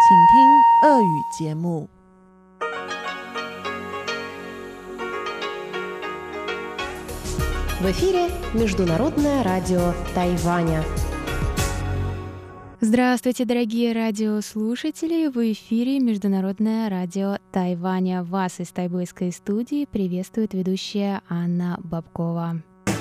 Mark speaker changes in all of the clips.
Speaker 1: 请听俄语节目。
Speaker 2: В эфире Международное радио Тайваня.
Speaker 3: Здравствуйте, дорогие радиослушатели! В эфире Международное радио Тайваня. Вас из тайбэйской студии приветствует ведущая Анна Бабкова.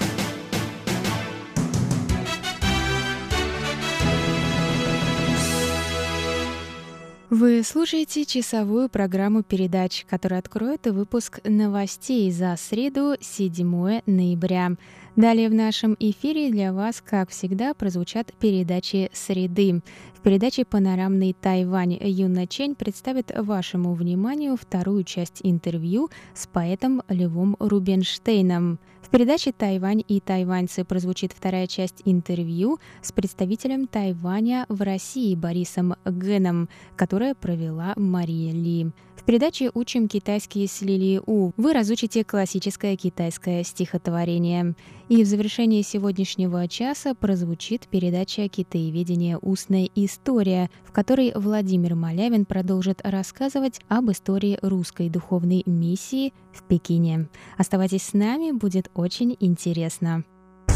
Speaker 3: Вы слушаете часовую программу передач, которая откроет выпуск новостей за среду, 7 ноября. Далее в нашем эфире для вас, как всегда, прозвучат передачи среды. В передаче «Панорамный Тайвань» Юна Чень представит вашему вниманию вторую часть интервью с поэтом Львом Рубинштейном. В передаче «Тайвань и тайваньцы» прозвучит вторая часть интервью с представителем Тайваня в России Борисом Гэном, которое провела Мария Ли. В передаче «Учим китайский с Лилией У» вы разучите классическое китайское стихотворение. И в завершении сегодняшнего часа прозвучит передача «Китаеведение. Устная история», в которой Владимир Малявин продолжит рассказывать об истории русской духовной миссии в Пекине. Оставайтесь с нами, будет очень интересно.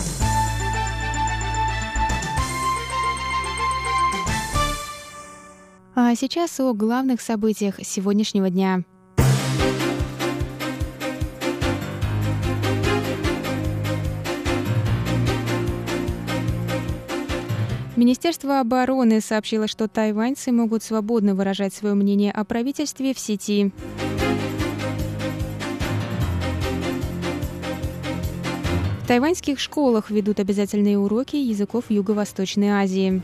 Speaker 3: А сейчас о главных событиях сегодняшнего дня. Министерство обороны сообщило, что тайваньцы могут свободно выражать свое мнение о правительстве в сети. В тайваньских школах ведут обязательные уроки языков Юго-Восточной Азии.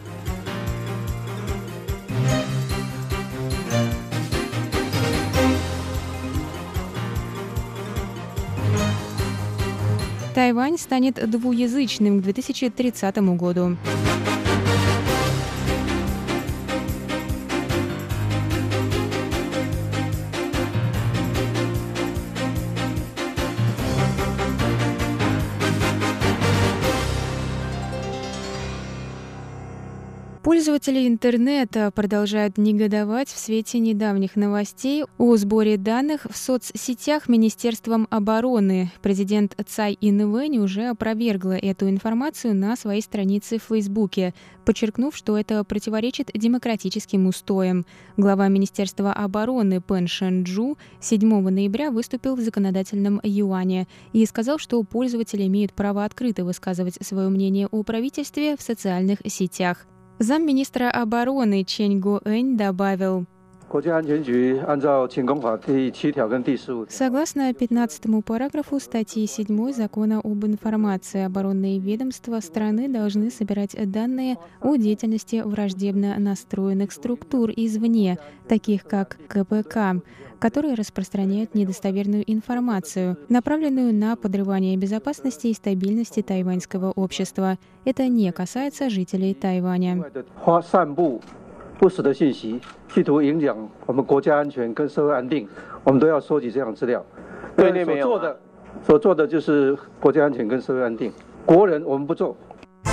Speaker 3: Тайвань станет двуязычным к 2030 году. Пользователи интернета продолжают негодовать в свете недавних новостей о сборе данных в соцсетях Министерством обороны. Президент Цай Ин-вэнь уже опровергла эту информацию на своей странице в Фейсбуке, подчеркнув, что это противоречит демократическим устоям. Глава Министерства обороны Пэн Шэнджу 7 ноября выступил в законодательном юане и сказал, что пользователи имеют право открыто высказывать свое мнение о правительстве в социальных сетях. Замминистра обороны Чэнь Го-энь добавил: согласно 15-му параграфу статьи 7 Закона об информации, оборонные ведомства страны должны собирать данные о деятельности враждебно настроенных структур извне, таких как КПК, которые распространяют недостоверную информацию, направленную на подрывание безопасности и стабильности тайваньского общества. Это не касается жителей Тайваня.
Speaker 4: 不实的信息，企图影响我们国家安全跟社会安定，我们都要收集这样的资料。所做的就是国家安全跟社会安定，国人我们不做。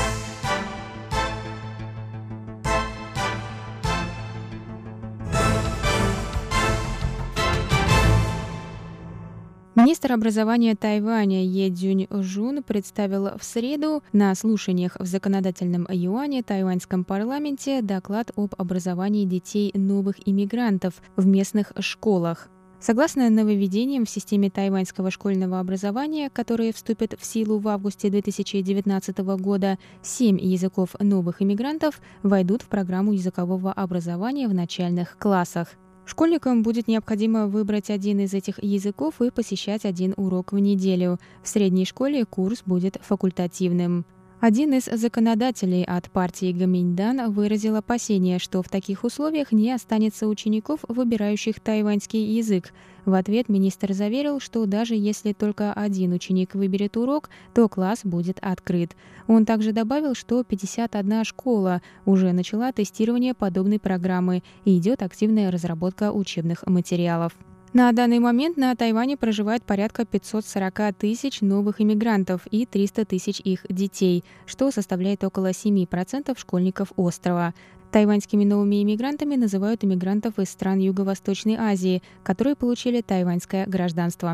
Speaker 3: Министр образования Тайваня Е Цзюнь-жун представил в среду на слушаниях в законодательном юане тайваньском парламенте доклад об образовании детей новых иммигрантов в местных школах. Согласно нововведениям в системе тайваньского школьного образования, которые вступят в силу в августе 2019 года, 7 языков новых иммигрантов войдут в программу языкового образования в начальных классах. Школьникам будет необходимо выбрать один из этих языков и посещать один урок в неделю. В средней школе курс будет факультативным. Один из законодателей от партии Гоминьдан выразил опасение, что в таких условиях не останется учеников, выбирающих тайваньский язык. В ответ министр заверил, что даже если только один ученик выберет урок, то класс будет открыт. Он также добавил, что 51 школа уже начала тестирование подобной программы и идет активная разработка учебных материалов. На данный момент на Тайване проживает порядка 540 тысяч новых иммигрантов и 300 тысяч их детей, что составляет около 7% школьников острова. Тайваньскими новыми иммигрантами называют иммигрантов из стран Юго-Восточной Азии, которые получили тайваньское гражданство.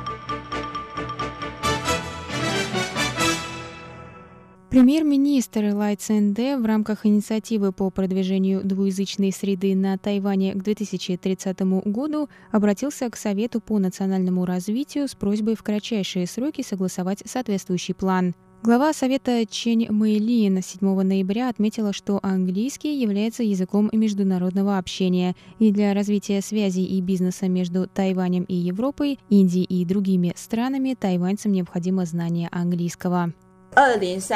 Speaker 3: Премьер-министр Лай Цзиньде в рамках инициативы по продвижению двуязычной среды на Тайване к 2030 году обратился к Совету по национальному развитию с просьбой в кратчайшие сроки согласовать соответствующий план. Глава Совета Чэнь Мэйлин 7 ноября отметила, что английский является языком международного общения, и для развития связей и бизнеса между Тайванем и Европой, Индией и другими странами тайваньцам необходимо знание английского.
Speaker 5: В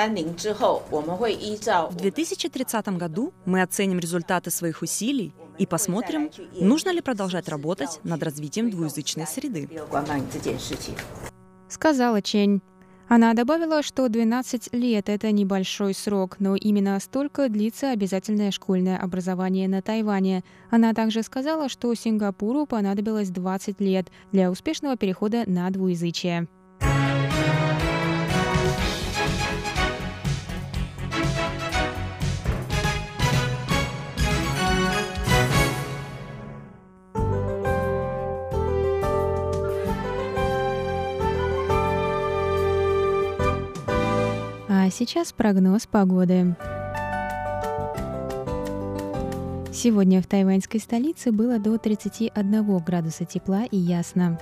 Speaker 5: 2030 году мы оценим результаты своих усилий и посмотрим, нужно ли продолжать работать над развитием двуязычной среды.
Speaker 3: Сказала Чэнь. Она добавила, что 12 лет – это небольшой срок, но именно столько длится обязательное школьное образование на Тайване. Она также сказала, что Сингапуру понадобилось 20 лет для успешного перехода на двуязычие. А сейчас прогноз погоды. Сегодня в тайваньской столице было до 31 градуса тепла и ясно.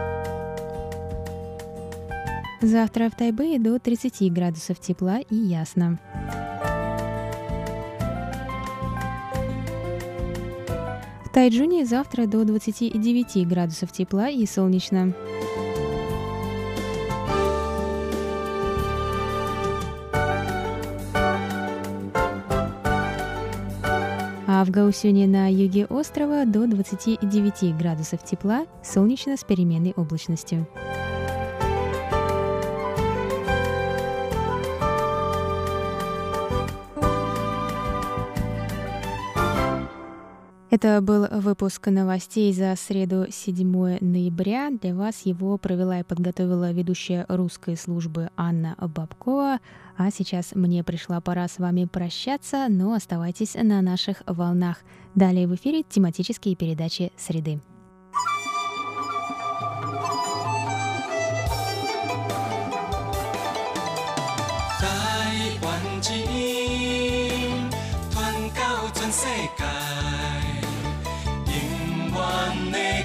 Speaker 3: Завтра в Тайбэе до 30 градусов тепла и ясно. В Тайчжуне завтра до 29 градусов тепла и солнечно. А в Гаосюне на юге острова до 29 градусов тепла, солнечно с переменной облачностью. Это был выпуск новостей за среду 7 ноября. Для вас его провела и подготовила ведущая русской службы Анна Бабкова. А сейчас мне пришла пора с вами прощаться, но оставайтесь на наших волнах. Далее в эфире тематические передачи «Среды».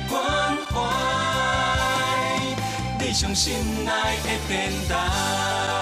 Speaker 6: 相信爱的电台。